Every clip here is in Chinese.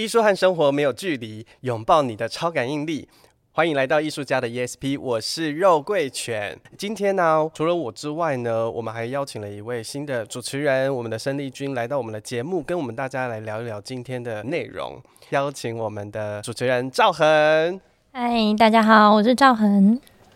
艺术和生活没有距离，拥抱你的超感应力。欢迎来到艺术家的 ESP， 我是肉桂犬。今天呢，除了我之外呢，我们还邀请了一位新的主持人，我们的申丽君来到我们的节目，跟我们大家来聊一聊今天的内容。邀请我们的主持人赵恒。 嗨，大家好，我是赵恒。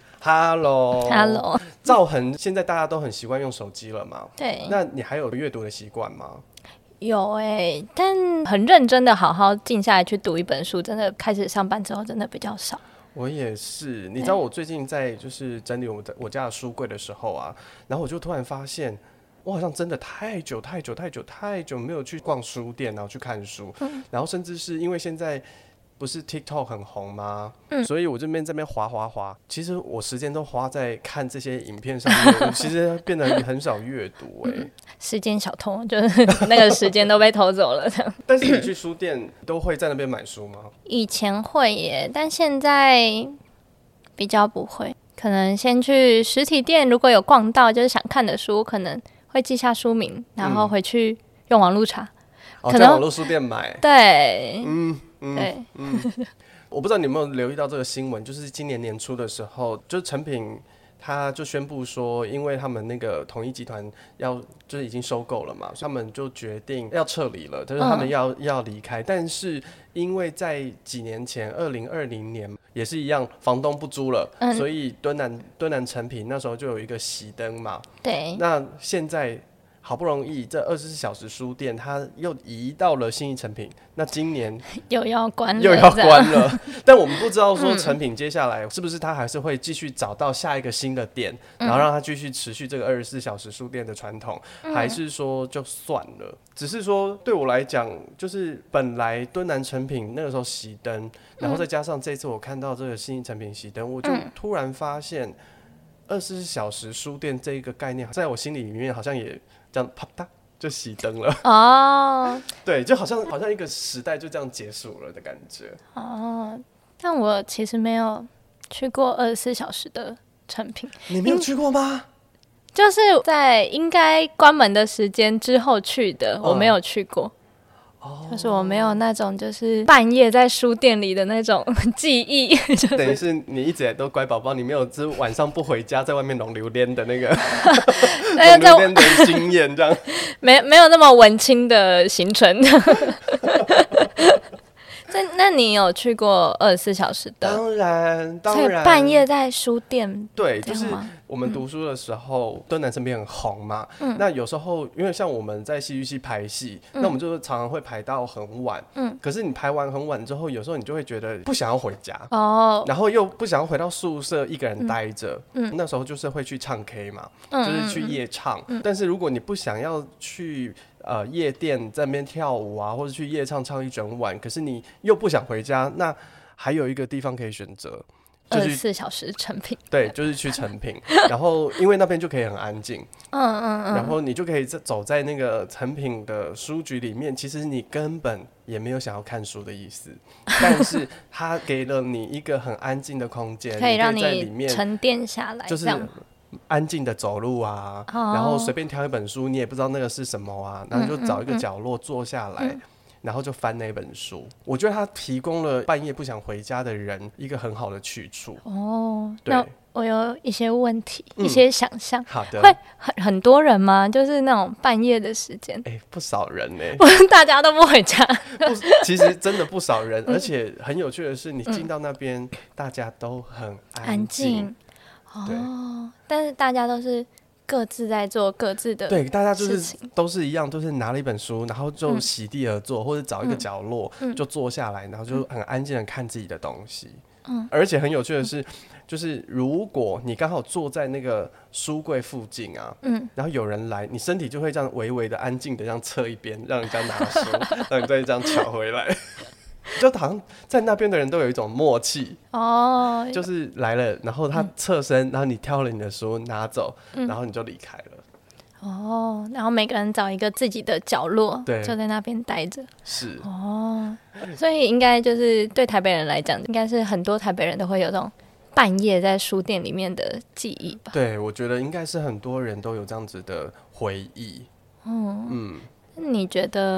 Hello， 赵恒，现在大家都很习惯用手机了嘛？ 对。 那你还有阅读的习惯吗？ 有但很认真的好好静下来去读一本书，真的开始上班之后真的比较少。 我也是，你知道我最近在就是整理我家的书柜的时候啊，然后我就突然发现，我好像真的太久没有去逛书店，然后去看书，然后甚至是因为现在不是 TikTok 很红吗？所以我这边滑，其实我时间都花在看这些影片上面，其实变得很少阅读时间小偷，就是那个时间都被偷走了。 但是你去书店都会在那边买书吗？ 以前会耶，但现在比较不会。可能先去实体店，如果有逛到就是想看的书，可能会记下书名，然后回去用网路查。 可能在网络书店买。 对， 对，我不知道你有没有留意到这个新闻，就是今年年初的时候，就是诚品他就宣布说，因为他们那个统一集团就是已经收购了嘛，所以他们就决定要撤离了，就是他们要离开。但是因为在几年前2020年也是一样，房东不租了，所以敦南诚品那时候就有一个熄灯嘛。 对， 那现在好不容易这24小时书店它又移到了信义诚品，那今年又要关了但我们不知道说诚品接下来是不是他还是会继续找到下一个新的店，然后让他继续持续这个24小时书店的传统，还是说就算了。只是说对我来讲，就是本来敦南诚品那个时候熄灯，然后再加上这次我看到这个信义诚品熄灯，我就突然发现24小时书店这一个概念在我心里面好像也这样啪嗒就熄灯了哦。对，就好像一个时代就这样结束了的感觉哦。但我其实没有去过24小时的诚品。 你没有去过吗？ 就是在应该关门的时间之后去的，我没有去过。就是我没有那种就是半夜在书店里的那种记忆， 等于是你一直也都乖宝宝，你没有就是晚上不回家在外面弄榴莲的那个弄榴莲的经验，这样没有那么文青的行程。那你有去过24小时的？ 当然， 所以半夜在书店。 对，就是我们读书的时候，敦南诚品很红嘛。那有时候因为像我们在戏剧系排戏，那我们就常常会排到很晚。可是你排完很晚之后，有时候你就会觉得不想要回家然后又不想要回到宿舍一个人待着。那时候就是会去唱 K 嘛，就是去夜唱。但是如果你不想要去夜店在那边跳舞啊，或者去夜唱唱一整晚，可是你又不想回家，那还有一个地方可以选择 ，24小时诚品。 对，就是去诚品。然后因为那边就可以很安静，然后你就可以走在那个诚品的书局里面，其实你根本也没有想要看书的意思，但是它给了你一个很安静的空间， 可以让你沉淀下来， 就是安静的走路啊，然后随便挑一本书，你也不知道那个是什么啊，然后就找一个角落坐下来，然后就翻那本书。我觉得它提供了半夜不想回家的人一个很好的去处。对， 那我有一些问题，一些想象。 好的。 会很多人吗？就是那种半夜的时间？ 不少人大家都不回家。 其实真的不少人，而且很有趣的是，你进到那边，大家都很安静。 但是大家都是各自在做各自的事情。 对，大家就是都是一样，都是拿了一本书，然后就席地而坐，或者找一个角落就坐下来，然后就很安静的看自己的东西。而且很有趣的是，就是如果你刚好坐在那个书柜附近啊，然后有人来，你身体就会这样微微的安静的这样侧一边，让人家拿书，让你再这样抢回来。就好像在那边的人都有一种默契就是来了，然后他侧身，然后你挑了你的书拿走，然后你就离开了。 然后每个人找一个自己的角落， 对， 就在那边待着。 是所以应该就是对台北人来讲，应该是很多台北人都会有这种半夜在书店里面的记忆吧？ 对，我觉得应该是很多人都有这样子的回忆。 你觉得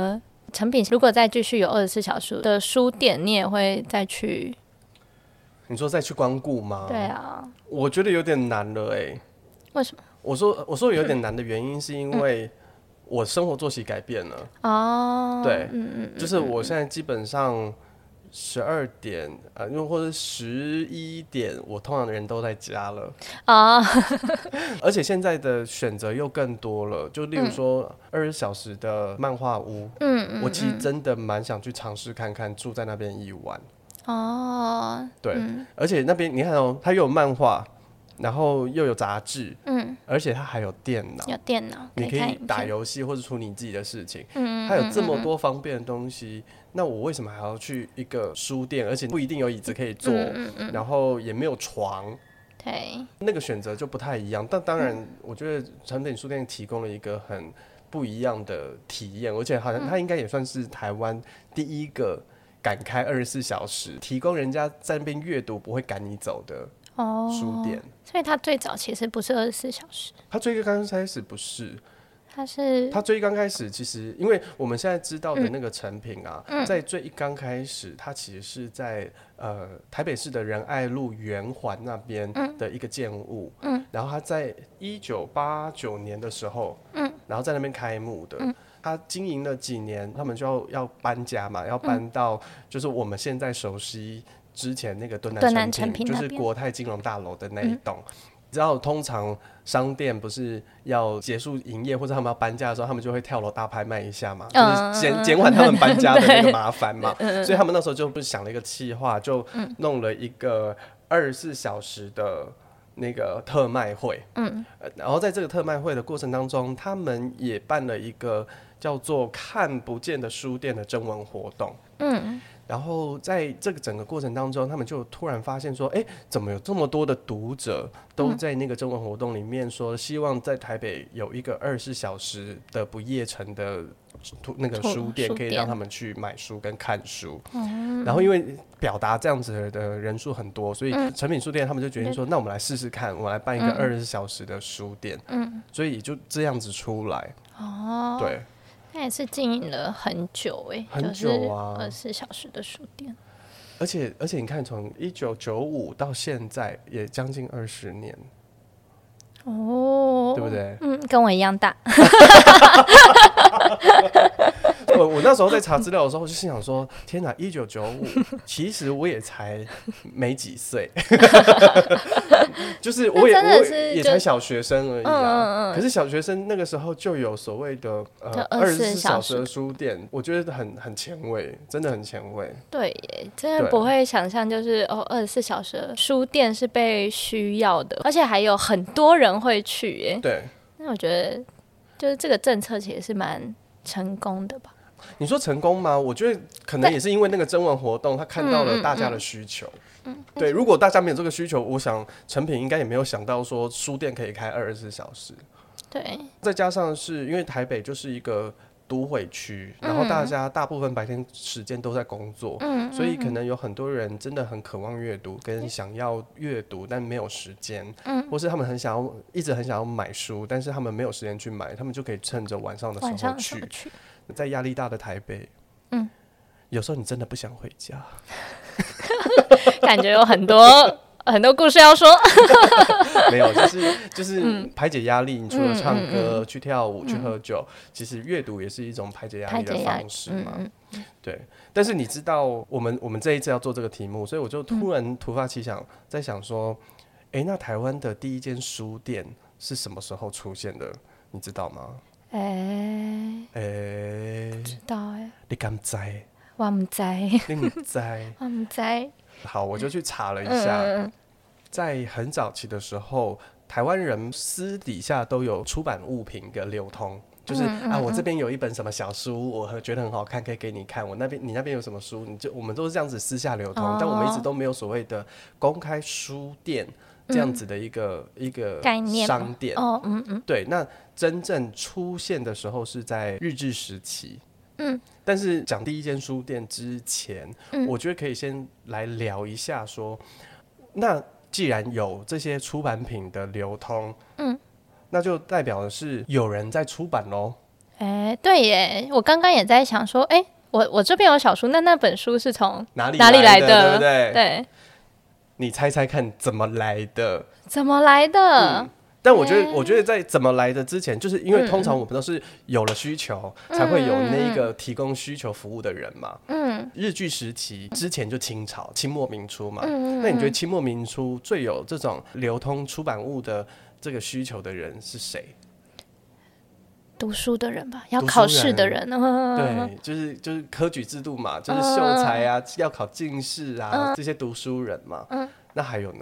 成品如果再继续有24小时的书店，你也会再去？ 你说再去光顾吗？ 对啊， 我觉得有点难了为什么？ 我说有点难的原因是因为我生活作息改变了。 哦， 对，就是我现在基本上12点或者11点，我通常的人都在家了啊。而且现在的选择又更多了，就例如说20小时的漫画屋，我其实真的蛮想去尝试看看，住在那边一晚。哦，对，而且那边你看它又有漫画，然后又有杂志，而且它还有电脑，你可以打游戏或者处理你自己的事情，它有这么多方便的东西，那我为什么还要去一个书店？而且不一定有椅子可以坐，然后也没有床，对，那个选择就不太一样。但当然，我觉得成品书店提供了一个很不一样的体验，而且好像它应该也算是台湾第一个敢开24小时，提供人家在那边阅读不会赶你走的书店。 所以它最早其实不是24小时， 它最刚开始不是， 它最刚开始其实，因为我们现在知道的那个成品啊，在最刚开始，它其实是在台北市的仁爱路圆环那边的一个建物，然后它在1989年的时候，然后在那边开幕的。他经营了几年，他们就要搬家嘛，要搬到就是我们现在熟悉之前那个敦南成品，就是国泰金融大楼的那一栋。你知道，通常商店不是要结束营业或者他们要搬家的时候，他们就会跳楼大拍卖一下嘛，就是减缓他们搬家的那个麻烦嘛。所以他们那时候就不是想了一个企划，就弄了一个24小时的那个特卖会。然后在这个特卖会的过程当中，他们也办了一个叫做看不见的书店的征文活动。然后在这个整个过程当中，他们就突然发现说，怎么有这么多的读者都在那个征文活动里面说，希望在台北有一个24小时的不夜城的那个书店，可以让他们去买书跟看书。然后因为表达这样子的人数很多，所以成品书店他们就决定说，那我们来试试看，我们来办一个24小时的书店。所以就这样子出来。对。 那也是经营了很久很久啊 ，24小时的书店。 而且你看，从1995到现在也将近20年。对不对？ 跟我一样大。 我那时候在查资料的时候，就心想说：天哪，1995，其实我也才没几岁，就是我也才小学生而已啊。可是小学生那个时候就有所谓的24小时的书店，我觉得很前卫，真的很前卫。 对耶，真的不会想象，就是24小时的书店是被需要的，而且还有很多人会去耶。 对， 那我觉得就是这个政策其实是蛮成功的吧。 你说成功吗？我觉得可能也是因为那个征文活动，他看到了大家的需求。对，如果大家没有这个需求，我想成品应该也没有想到说书店可以开24小时。 对， 再加上是因为台北就是一个都会区，然后大家大部分白天时间都在工作，所以可能有很多人真的很渴望阅读，跟想要阅读但没有时间，或是他们一直很想要买书，但是他们没有时间去买，他们就可以趁着晚上的时候去。在压力大的台北，有时候你真的不想回家， 感觉有很多故事要说。 没有，就是排解压力。你除了唱歌、去跳舞、去喝酒，其实阅读也是一种排解压力的方式嘛。对。但是你知道，我们这一次要做这个题目，所以我就突发奇想，在想说，那台湾的第一间书店是什么时候出现的？你知道吗？ 不知道你敢知？ 我不知， 你不知， 我不知。 好，我就去查了一下，在很早期的时候，台湾人私底下都有出版物品的流通，就是我这边有一本什么小书，我觉得很好看，可以给你看。你那边有什么书，我们都是这样子私下流通，但我们一直都没有所谓的公开书店这样子的一个概念商店。对，那真正出现的时候是在日治时期。但是讲第一间书店之前，我觉得可以先来聊一下说，那既然有这些出版品的流通，那就代表的是有人在出版咯。 对耶，我刚刚也在想说，我这边有小书，那本书是从哪里来的， 对不对？ 对， 你猜猜看怎么来的？ 怎么来的？ 但我觉得在怎么来的之前，就是因为通常我们都是有了需求，才会有那个提供需求服务的人嘛。日据时期之前就清朝，清末民初嘛。那你觉得清末民初最有这种流通出版物的这个需求的人是谁？ 读书的人吧，要考试的人。 对，就是科举制度嘛，就是秀才啊，要考进士啊，这些读书人嘛。那还有呢？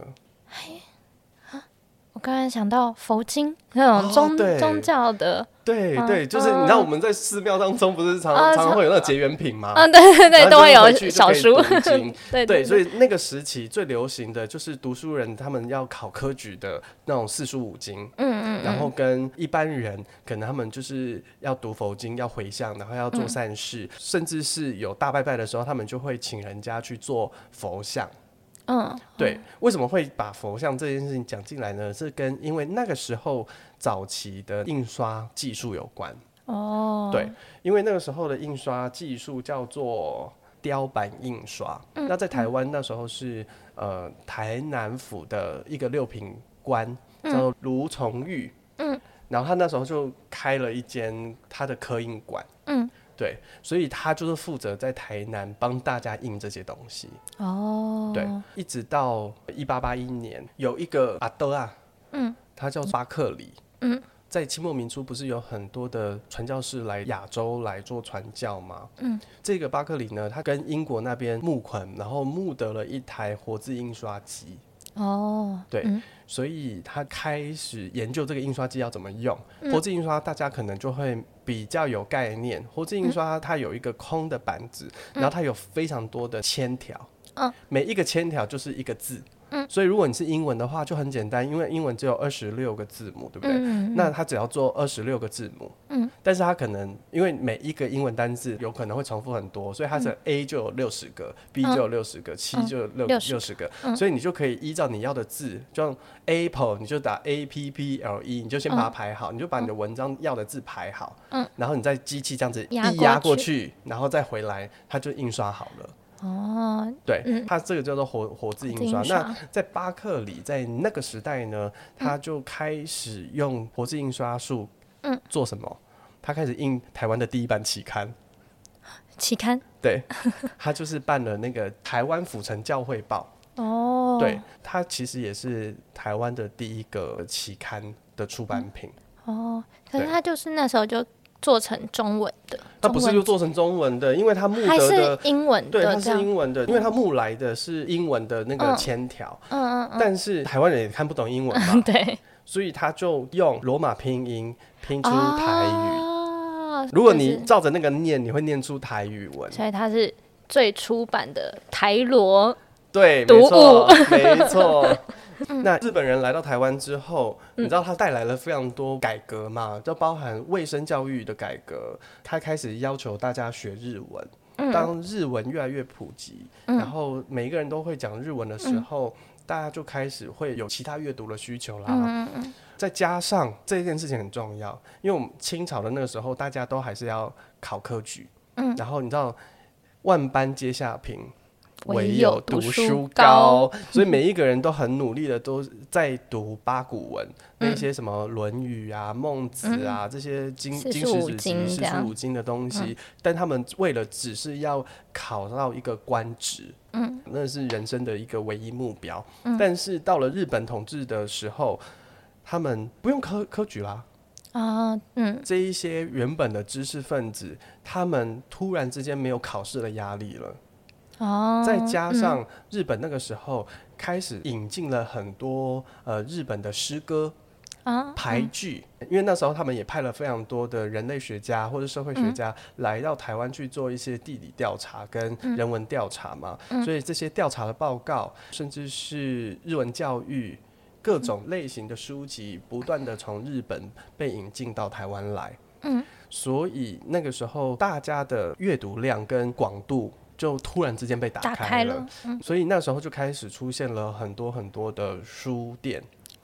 我刚才想到佛经那种宗教的， 对，就是你知道我们在寺庙当中不是常会有那个结缘品吗？ 对，都会有小书。 对，所以那个时期最流行的就是读书人他们要考科举的那种四书五经，然后跟一般人可能他们就是要读佛经，要回向，然后要做善事，甚至是有大拜拜的时候，他们就会请人家去做佛像。对，为什么会把佛像这件事情讲进来呢？是因为那个时候早期的印刷技术有关。对，因为那个时候的印刷技术叫做雕版印刷。那在台湾那时候是台南府的一个六品官叫做卢崇玉。然后他那时候就开了一间他的刻印馆。对，所以他就是负责在台南帮大家印这些东西。对，一直到1881年，有一个阿德啊，他叫巴克里。在清末民初不是有很多的传教士来亚洲来做传教吗？这个巴克里呢，他跟英国那边募款，然后募得了一台活字印刷机。对，所以他开始研究这个印刷机要怎么用。活字印刷大家可能就会比较有概念，活字印刷它有一个空的板子，然后它有非常多的铅条，每一个铅条就是一个字。所以如果你是英文的话就很简单，因为英文只有26个字母，对不对？那它只要做26个字母。但是它可能因为每一个英文单字有可能会重复很多，所以它是 A 就有60个，B 就有60个，C 就有60个，所以你就可以依照你要的字，就像 Apple 你就打 APPLE， 你就先把它排好，你就把你的文章要的字排好，然后你再机器这样子一压过去，然后再回来，它就印刷好了。对，它这个叫做活字印刷。那在巴克里在那个时代呢，他就开始用活字印刷术做什么？他开始印台湾的第一版期刊。对，他就是办了那个台湾府城教会报。对，他其实也是台湾的第一个期刊的出版品。 可是他就是那时候就做成中文的， 它不是就做成中文的，因为它募得的还是英文的， 对，它是英文的，因为它募来的是英文的那个铅条，但是台湾人也看不懂英文嘛， 对， 所以他就用罗马拼音拼出台语。如果你照着那个念，你会念出台语文， 所以它是最初版的台罗， 对， 读物， 没错。那日本人来到台湾之后，你知道他带来了非常多改革嘛，就包含卫生教育的改革，他开始要求大家学日文。当日文越来越普及，然后每一个人都会讲日文的时候，大家就开始会有其他阅读的需求啦。再加上这件事情很重要，因为我们清朝的那个时候，大家都还是要考科举，然后你知道万般皆下品，唯有读书高，所以每一个人都很努力的都在读八股文，那些什么《论语》啊、孟子啊、这些经史子集、四书五经的东西，但他们为了只是要考到一个官职，那是人生的一个唯一目标。但是到了日本统治的时候，他们不用科举啦。这一些原本的知识分子，他们突然之间没有考试的压力了。再加上日本那个时候开始引进了很多日本的诗歌俳句，因为那时候他们也派了非常多的人类学家或者社会学家来到台湾去做一些地理调查跟人文调查嘛，所以这些调查的报告甚至是日文教育各种类型的书籍不断的从日本被引进到台湾来，所以那个时候大家的阅读量跟广度就突然之间被打开了，所以那时候就开始出现了很多很多的书店。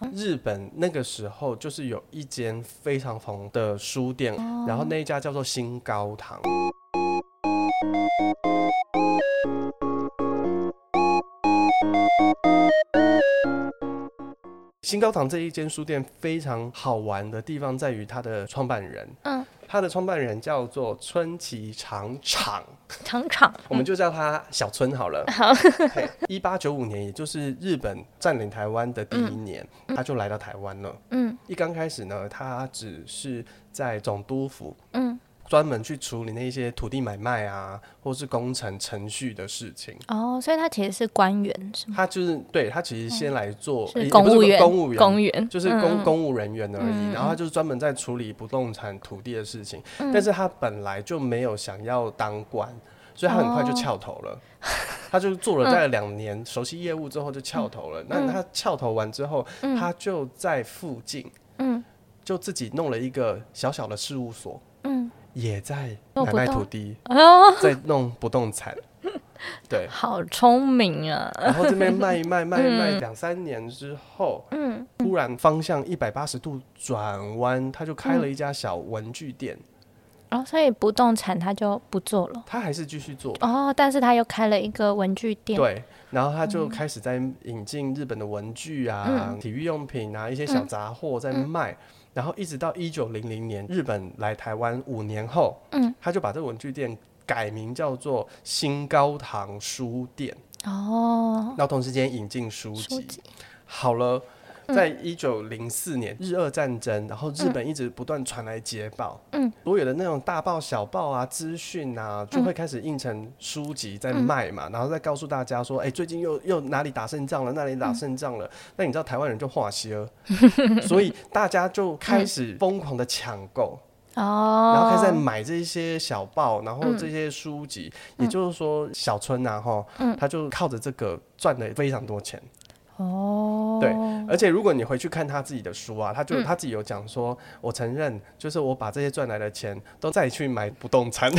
日本那个时候就是有一间非常红的书店，然后那一家叫做新高堂。新高堂这一间书店非常好玩的地方在于它的创办人，他的创办人叫做春崎长场，我们就叫他小春好了。好，1895年，也就是日本占领台湾的第一年，他就来到台湾了。一刚开始呢，他只是在总督府，专门去处理那些土地买卖啊，或是工程程序的事情。 所以他其实是官员，是吗？ 他就是对他其实先来做是公务员， 公员就是公务人员而已。然后他就是专门在处理不动产土地的事情，但是他本来就没有想要当官，所以他很快就翘头了。他就做了大概2年，熟悉业务之后就翘头了。那他翘头完之后，他就在附近，就自己弄了一个小小的事务所。也在买卖土地，在弄不动产，对， 好聪明啊！ 然后这边卖一卖2-3年之后，突然方向180度转弯，他就开了一家小文具店。 所以不动产他就不做了， 他还是继续做但是他又开了一个文具店， 对，然后他就开始在引进日本的文具啊、体育用品啊、一些小杂货在卖。然后一直到1900年，日本来台湾5年后，他就把这个文具店改名叫做新高堂书店。然后同时间引进书籍。好了，在1904年日俄战争，然后日本一直不断传来捷报，所有的那种大报小报啊、资讯啊，就会开始印成书籍在卖嘛，然后再告诉大家说，最近又哪里打胜仗了，那里打胜仗了。那你知道台湾人就化西了，所以大家就开始疯狂的抢购。然后开始在买这些小报，然后这些书籍，也就是说小春啊，他就靠着这个赚了非常多钱。对，而且如果你回去看他自己的书啊，他自己有讲说，我承认，就是我把这些赚来的钱都再去买不动产。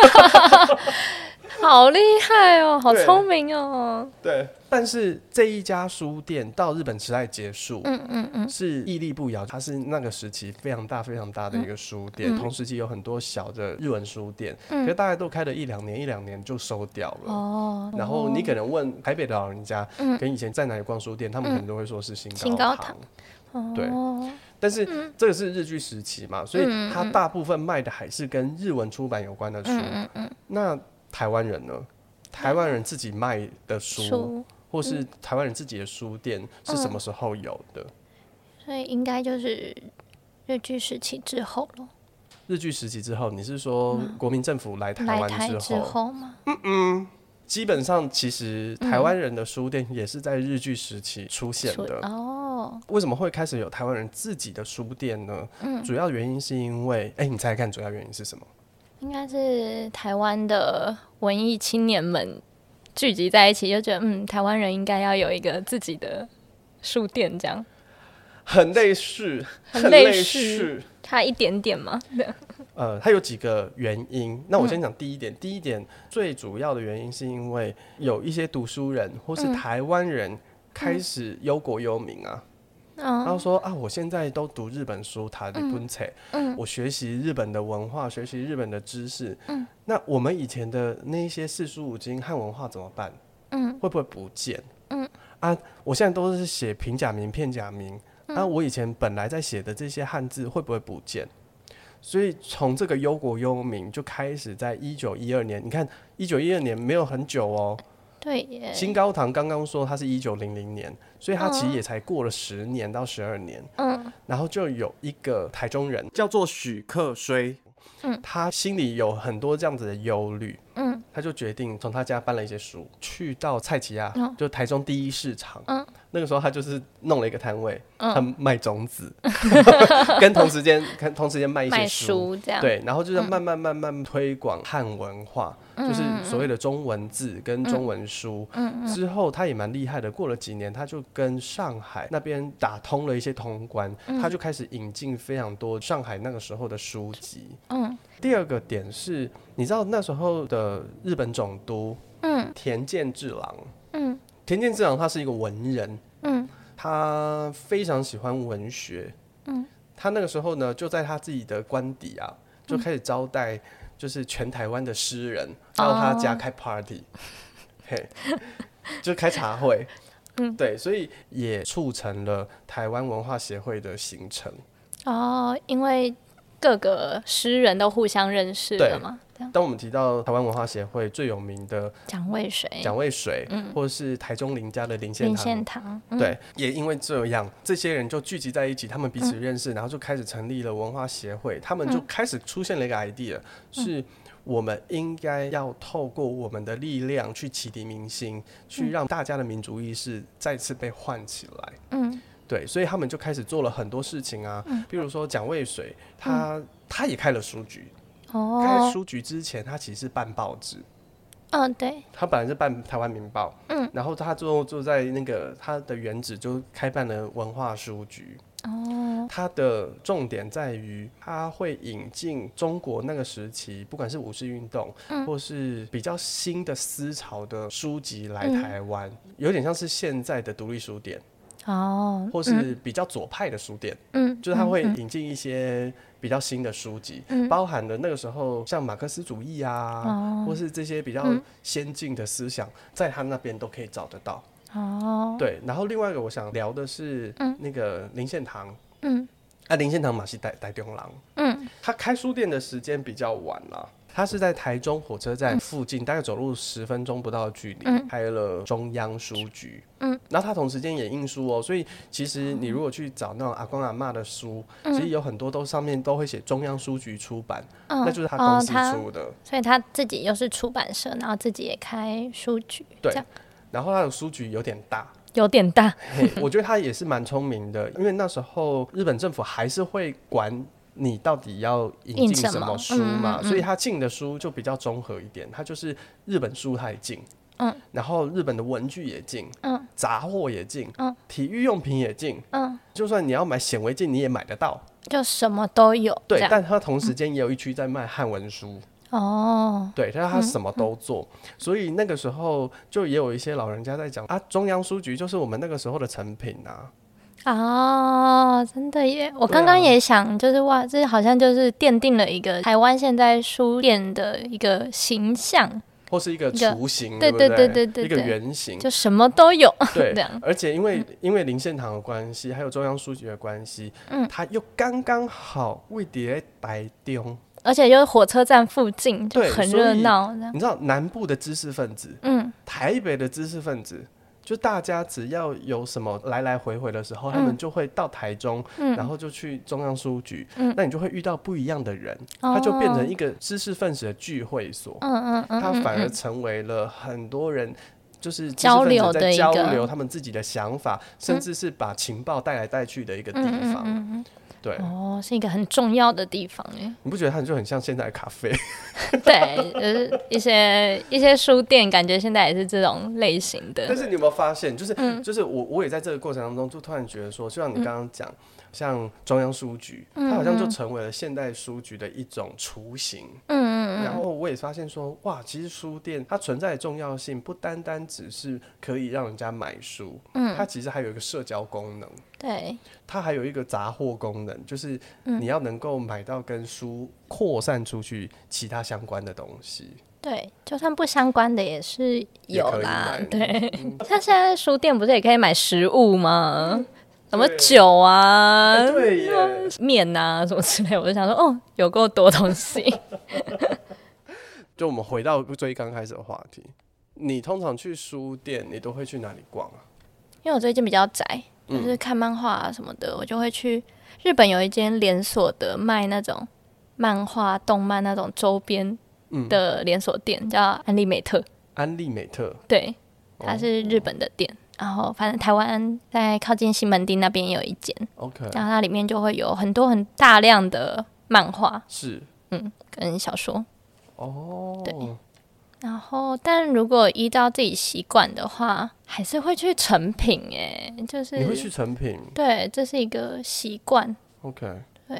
好厉害哦，好聪明哦。 对，但是这一家书店到日本时代结束，是屹立不摇，它是那个时期非常大非常大的一个书店，同时期有很多小的日文书店，可是大概都开了1-2年就收掉了。然后你可能问台北的老人家，跟以前在哪里逛书店，他们可能都会说是新高堂。对，但是这个是日据时期嘛，所以它大部分卖的还是跟日文出版有关的书。那台湾人呢？台湾人自己卖的书，或是台湾人自己的书店是什么时候有的？ 所以应该就是日据时期之后了。 日据时期之后，你是说国民政府来台湾之后吗？ 基本上其实台湾人的书店也是在日据时期出现的。为什么会开始有台湾人自己的书店呢？主要原因是因为，你猜猜看，主要原因是什么？ 应该是台湾的文艺青年们聚集在一起，就觉得台湾人应该要有一个自己的书店，这样。 很类似， 差一点点嘛。 它有几个原因。那我先讲第一点。第一点最主要的原因是因为有一些读书人或是台湾人开始忧国忧民啊。然后说我现在都读日本书，塔利本册，我学习日本的文化，学习日本的知识。那我们以前的那些四书五经汉文化怎么办？会不会不见？我现在都是写平假名、片假名。我以前本来在写的这些汉字会不会不见？所以从这个忧国忧民就开始在1912年，你看1912年没有很久哦。 对耶， 新高堂刚刚说它是1900年，所以它其实也才过了10年到12年。然后就有一个台中人叫做许克衰，他心里有很多这样子的忧虑，他就决定从他家搬了一些书，去到蔡奇亚，就台中第一市场。那个时候他就是弄了一个摊位，他卖种子，跟同时间卖一些书， 这样。 对，然后就是慢慢推广汉文化，就是所谓的中文字跟中文书。之后他也蛮厉害的，过了几年他就跟上海那边打通了一些通关，他就开始引进非常多上海那个时候的书籍。第二个点是，你知道那时候的日本总督田健治郎，田健治郎他是一个文人， 他非常喜欢文学，他那个时候呢，就在他自己的官邸啊，就开始招待就是全台湾的诗人到他家开 party，嘿，就开茶会，对，所以也促成了台湾文化协会的形成。 因为各个诗人都互相认识了嘛。 当我们提到台湾文化协会最有名的蒋渭水， 或是台中林家的林献堂，对，也因为这样，这些人就聚集在一起，他们彼此认识，然后就开始成立了文化协会。他们就开始出现了一个 idea，是我们应该要透过我们的力量去启迪民心，去让大家的民族意识再次被唤起来。对，所以他们就开始做了很多事情啊，比如说蒋渭水，他也开了书局。开书局之前，他其实是办报纸。 对， 他本来是办台湾民报，然后他最后就在那个他的原址就开办了文化书局。他的重点在于，他会引进中国那个时期，不管是五四运动，或是比较新的思潮的书籍来台湾，有点像是现在的独立书店。或是比较左派的书店，就是他会引进一些比较新的书籍，包含了那个时候像马克思主义啊，或是这些比较先进的思想，在他那边都可以找得到。对，然后另外一个我想聊的是那个林献堂，林献堂嘛是台中人，他开书店的时间比较晚啦。他是在台中火车站附近，大概走路10分钟不到的距离，开了中央书局。然后他同时间也印书哦，所以其实你如果去找那种阿公阿嬷的书，其实有很多都上面都会写中央书局出版，那就是他公司出的。 所以他自己又是出版社，然后自己也开书局。 对，然后他的书局有点大。 我觉得他也是蛮聪明的，因为那时候日本政府还是会管你到底要引进什么书嘛，所以他进的书就比较综合一点，他就是日本书他也进，然后日本的文具也进，杂货也进，体育用品也进，就算你要买显微镜你也买得到， 就什么都有。 对，但他同时间也有一区在卖汉文书。对，但是他什么都做，所以那个时候就也有一些老人家在讲啊，中央书局就是我们那个时候的成品啊。 真的耶！我刚刚也想，就是哇，这好像就是奠定了一个台湾现在书店的一个形象， 或是一个雏形， 对， 一个原型， 就什么都有。 对，而且因为林献堂的关系，还有中央书局的关系，他又刚刚好位在台中。 而且又是火车站附近，就很热闹。 你知道南部的知识分子，台北的知识分子，就大家只要有什么来来回回的时候，他们就会到台中，然后就去中央书局，那你就会遇到不一样的人，它就变成一个知识分子的聚会所。它反而成为了很多人就是知识分子在交流他们自己的想法，甚至是把情报带来带去的一个地方。对， 是一个很重要的地方耶。 你不觉得它就很像现在的咖啡？ 对，就是一些书店，感觉现在也是这种类型的。 但是你有没有发现，就是我也在这个过程当中，就突然觉得说，就像你刚刚讲，像中央书局，它好像就成为了现代书局的一种雏形。然后我也发现说，哇，其实书店它存在的重要性，不单单只是可以让人家买书，它其实还有一个社交功能。 对， 它还有一个杂货功能，就是你要能够买到跟书扩散出去其他相关的东西。 对，就算不相关的也是有啦。对，像现在书店不是也可以买食物吗？什么酒啊， 对耶， 面啊什么之类，我就想说，有够多东西。 就我们回到最刚开始的话题，你通常去书店，你都会去哪里逛啊？ 因为我最近比较宅，就是看漫画啊什么的，我就会去日本有一间连锁的卖那种漫画、动漫那种周边的连锁店，叫安利美特。 安利美特， 对，它是日本的店。然后反正台湾在靠近西门町那边也有一间 ，OK， 然后它里面就会有很多很大量的漫画， 是， 跟小说，对。然后，但如果依照自己习惯的话，还是会去诚品，就是你会去诚品？ 对，这是一个习惯。 OK， 对，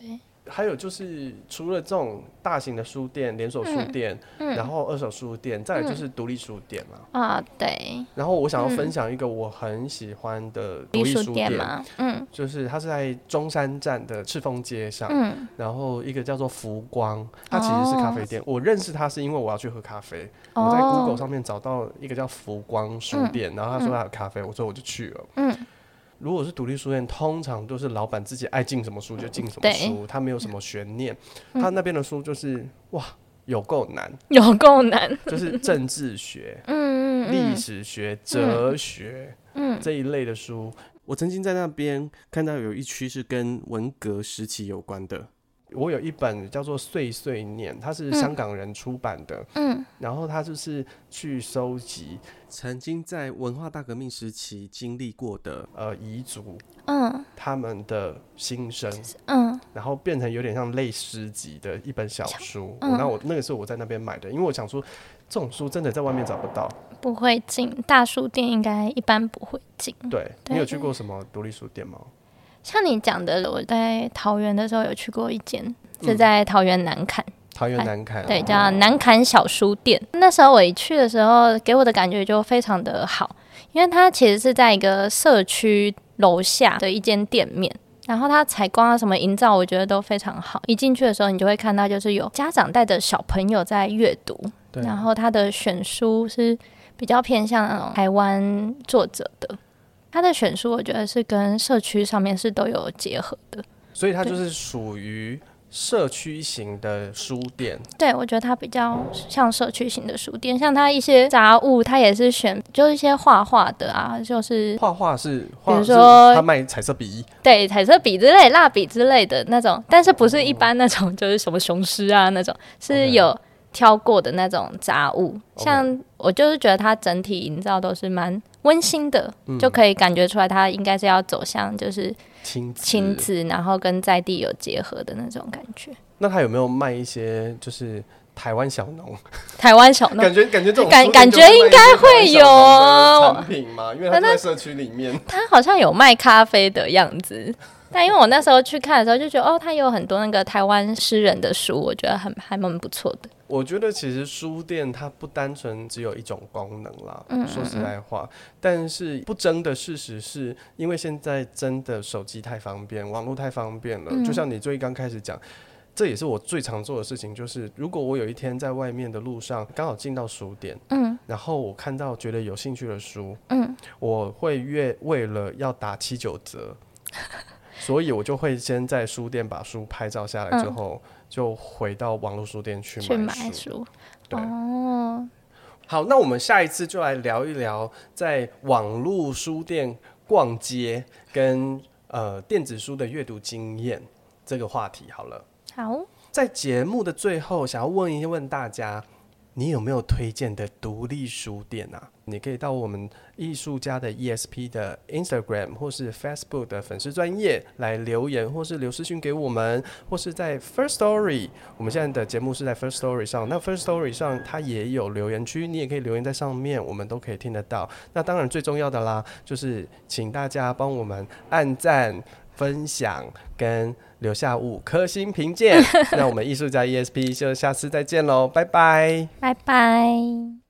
还有就是除了这种大型的书店、连锁书店，然后二手书店，再来就是独立书店嘛。 啊，对。 然后我想要分享一个我很喜欢的独立书店嘛， 就是它是在中山站的赤峰街上，然后一个叫做福光，它其实是咖啡店。我认识它是因为我要去喝咖啡，我在 Google 上面找到一个叫福光书店，然后他说他有咖啡，我说我就去了。如果是独立书店，通常都是老板自己爱进什么书就进什么书，他没有什么悬念。他那边的书就是哇，有够难，就是政治学、历史学、哲学这一类的书。我曾经在那边看到有一区是跟文革时期有关的。我有一本叫做《碎碎念》，它是香港人出版的，然后他就是去收集曾经在文化大革命时期经历过的彝族，他们的心声，然后变成有点像类诗集的一本小书。那我那个时候我在那边买的，因为我想说这种书真的在外面找不到， 不会进大书店，应该一般不会进。 对，你有去过什么独立书店吗？ 像你讲的，我在桃园的时候有去过一间，是在桃园南崁。对，叫南崁小书店。那时候我一去的时候，给我的感觉就非常的好，因为它其实是在一个社区楼下的一间店面，然后它采光啊什么营造，我觉得都非常好。一进去的时候，你就会看到就是有家长带着小朋友在阅读，然后它的选书是比较偏向那种台湾作者的。他的选书我觉得是跟社区上面是都有结合的， 所以它就是属于社区型的书店。 对，我觉得它比较像社区型的书店，像它一些杂物，它也是选就是一些画画的啊，就是画是， 比如说他卖彩色笔， 对，彩色笔之类、蜡笔之类的那种，但是不是一般那种就是什么雄狮啊那种，是有挑过的那种杂物。像我就是觉得它整体营造都是蛮温馨的，就可以感觉出来它应该是要走向就是亲子，然后跟在地有结合的那种感觉。 那他有没有卖一些就是台湾小农？感觉这种感觉应该会有产品嘛，因为他在社区里面。 他好像有卖咖啡的样子。但因为我那时候去看的时候就觉得他有很多那个台湾诗人的书，我觉得还蛮不错的。 我觉得其实书店它不单纯只有一种功能啦，说实在话，但是不争的事实是因为现在真的手机太方便，网络太方便了，就像你最刚开始讲，这也是我最常做的事情，就是如果我有一天在外面的路上刚好进到书店，然后我看到觉得有兴趣的书，我会为了要打7-9折所以我就会先在书店把书拍照下来之后，就回到网络书店去买书。对，好，那我们下一次就来聊一聊在网络书店逛街跟电子书的阅读经验这个话题好了。 好， 在节目的最后，想要问大家，你有没有推荐的独立书店啊？你可以到我们艺术家的 ESP 的 Instagram 或是 Facebook 的粉丝专页来留言，或是留私讯给我们，或是在 First Story， 我们现在的节目是在 First Story 上，那 First Story 上它也有留言区，你也可以留言在上面，我们都可以听得到。那当然最重要的啦，就是请大家帮我们按赞、分享跟留下5颗星评鉴。那我们艺术家 ESP 就下次再见喽，拜拜， 拜拜。